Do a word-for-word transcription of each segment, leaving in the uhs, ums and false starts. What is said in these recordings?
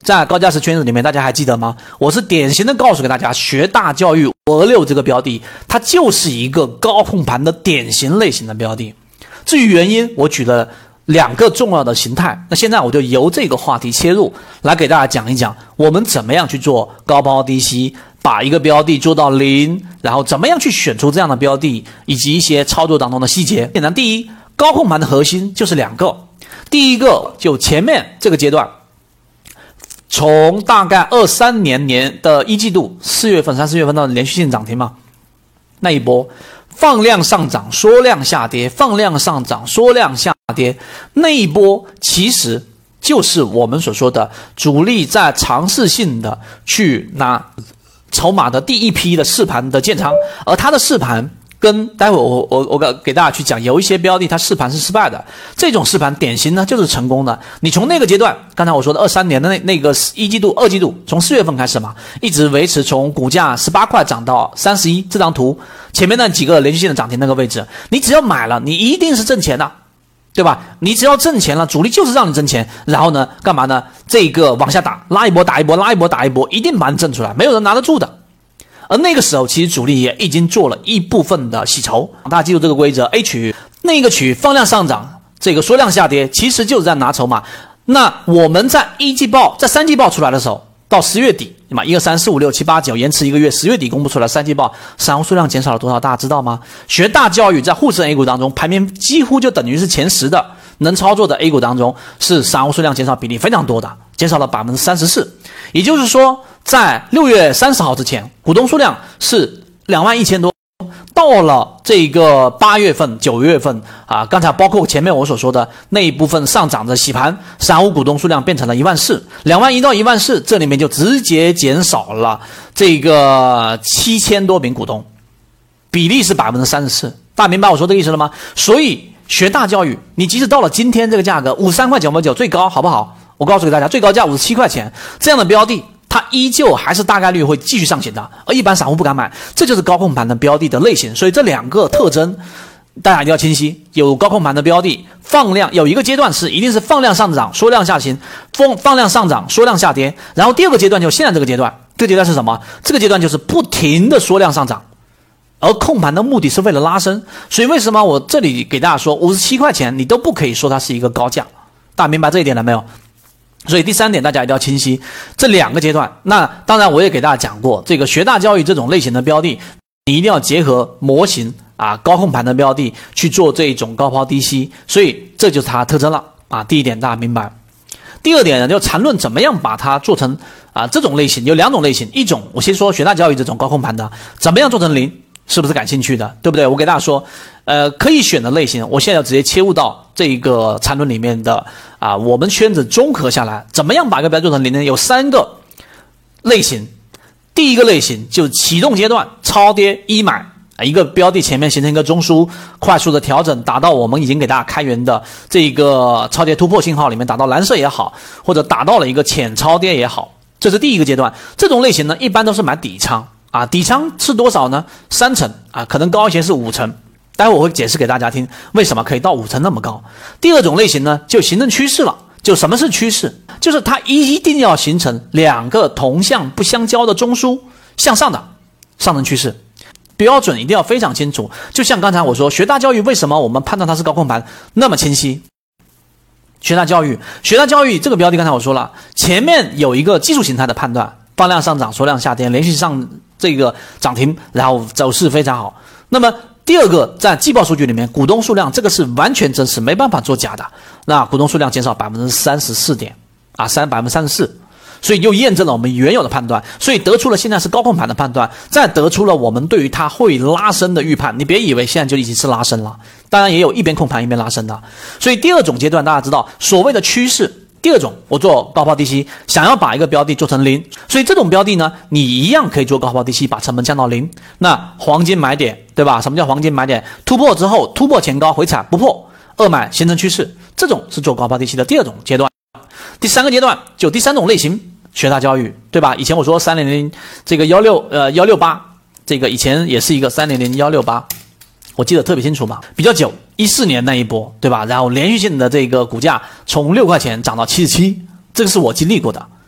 在高价值圈子里面，大家还记得吗？我是典型的告诉给大家，学大教育五二六这个标的，它就是一个高控盘的典型类型的标的。至于原因，我举了两个重要的形态。那现在我就由这个话题切入，来给大家讲一讲我们怎么样去做高抛低吸，把一个标的做到零，然后怎么样去选出这样的标的，以及一些操作当中的细节。简单，第一，高控盘的核心就是两个。第一个就前面这个阶段，从大概二三年年的一季度四月份、三四月份的连续性涨停嘛，那一波放量上涨，缩量下跌，放量上涨，缩量下跌，那一波其实就是我们所说的主力在尝试性的去拿筹码的第一批的试盘的建仓，而它的试盘跟待会我我我给大家去讲，有一些标的它试盘是失败的，这种试盘典型呢就是成功的。你从那个阶段，刚才我说的二三年的那那个一季度、二季度，从四月份开始嘛，一直维持从股价十八块涨到三十一，这张图前面那几个连续性的涨停那个位置，你只要买了，你一定是挣钱的，对吧？你只要挣钱了，主力就是让你挣钱，然后呢，干嘛呢？这个往下打，拉一波打一波，拉一波打一波，一定把你挣出来，没有人拿得住的。而那个时候，其实主力也已经做了一部分的洗筹。大家记住这个规则 ：A 区那个区放量上涨，这个缩量下跌，其实就是在拿筹码。那我们在一季报、在三季报出来的时候，到十月底，对吧？一二三四五六七八九，延迟一个月，十月底公布出来三季报，散户数量减少了多少？大家知道吗？学大教育在沪深 A 股当中排名几乎就等于是前十的，能操作的 A 股当中是散户数量减少比例非常多的，减少了百分之三十四。也就是说，在六月三十号之前，股东数量是两万一千多。到了这个八月份、九月份啊，刚才包括前面我所说的那一部分上涨的洗盘，散户股东数量变成了一万四，两万一到一万四，这里面就直接减少了这个七千多名股东，比例是百分之三十四。大家明白我说这个意思了吗？所以学大教育，你即使到了今天这个价格五十三块九毛九最高，好不好？我告诉给大家，最高价五十七块钱，这样的标的，它依旧还是大概率会继续上行的，而一般散户不敢买，这就是高控盘的标的的类型。所以这两个特征大家一定要清晰。有高控盘的标的，放量有一个阶段是一定是放量上涨，缩量下行，放放量上涨，缩量下跌。然后第二个阶段就是现在这个阶段，这个阶段是什么？这个阶段就是不停的缩量上涨，而控盘的目的是为了拉升。所以为什么我这里给大家说五十七块钱，你都不可以说它是一个高价？大家明白这一点了没有？所以第三点大家一定要清晰这两个阶段。那当然我也给大家讲过，这个学大教育这种类型的标的，你一定要结合模型啊高控盘的标的去做这种高抛低吸，所以这就是它的特征了啊。第一点大家明白。第二点呢，就谈论怎么样把它做成啊这种类型，有两种类型，一种我先说学大教育这种高控盘的，怎么样做成零，是不是感兴趣的，对不对？我给大家说呃，可以选的类型，我现在要直接切入到这个缠论里面的啊，我们圈子综合下来，怎么样把一个标的做成零呢？有三个类型。第一个类型就是启动阶段，超跌一买，一个标的前面形成一个中枢，快速的调整，达到我们已经给大家开源的这个超跌突破信号里面，达到蓝色也好，或者达到了一个浅超跌也好，这是第一个阶段。这种类型呢，一般都是买底仓啊，底仓是多少呢？三成啊，可能高一些是五成。待会我会解释给大家听，为什么可以到五成那么高。第二种类型呢，就形成趋势了。就什么是趋势？就是它一定要形成两个同向不相交的中枢向上的上升趋势，标准一定要非常清楚。就像刚才我说，学大教育为什么我们判断它是高控盘那么清晰？学大教育，学大教育这个标的，刚才我说了，前面有一个技术形态的判断，放量上涨，缩量下跌，连续上这个涨停，然后走势非常好。那么第二个，在季报数据里面，股东数量这个是完全真实，没办法做假的。那股东数量减少百分之三十四点啊，三百分之三十四，所以又验证了我们原有的判断，所以得出了现在是高控盘的判断，再得出了我们对于它会拉升的预判。你别以为现在就已经是拉升了，当然也有一边控盘一边拉升的。所以第二种阶段，大家知道所谓的趋势。第二种，我做高抛低吸，想要把一个标的做成零，所以这种标的呢，你一样可以做高抛低吸，把成本降到零。那黄金买点，对吧？什么叫黄金买点？突破之后，突破前高回踩不破，二买形成趋势，这种是做高抛低吸的第二种阶段。第三个阶段就第三种类型，学大教育，对吧？以前我说三零零这个幺六呃幺六八，这个以前也是一个三零零幺六八。我记得特别清楚嘛，比较久，一四年那一波，对吧？然后连续性的这个股价从六块钱涨到七十七，这个是我经历过的，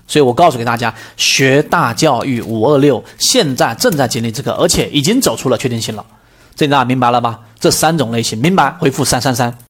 所以我告诉给大家，学大教育五二六现在正在经历这个，而且已经走出了确定性了。这大家明白了吧？这三种类型，明白回复三三三。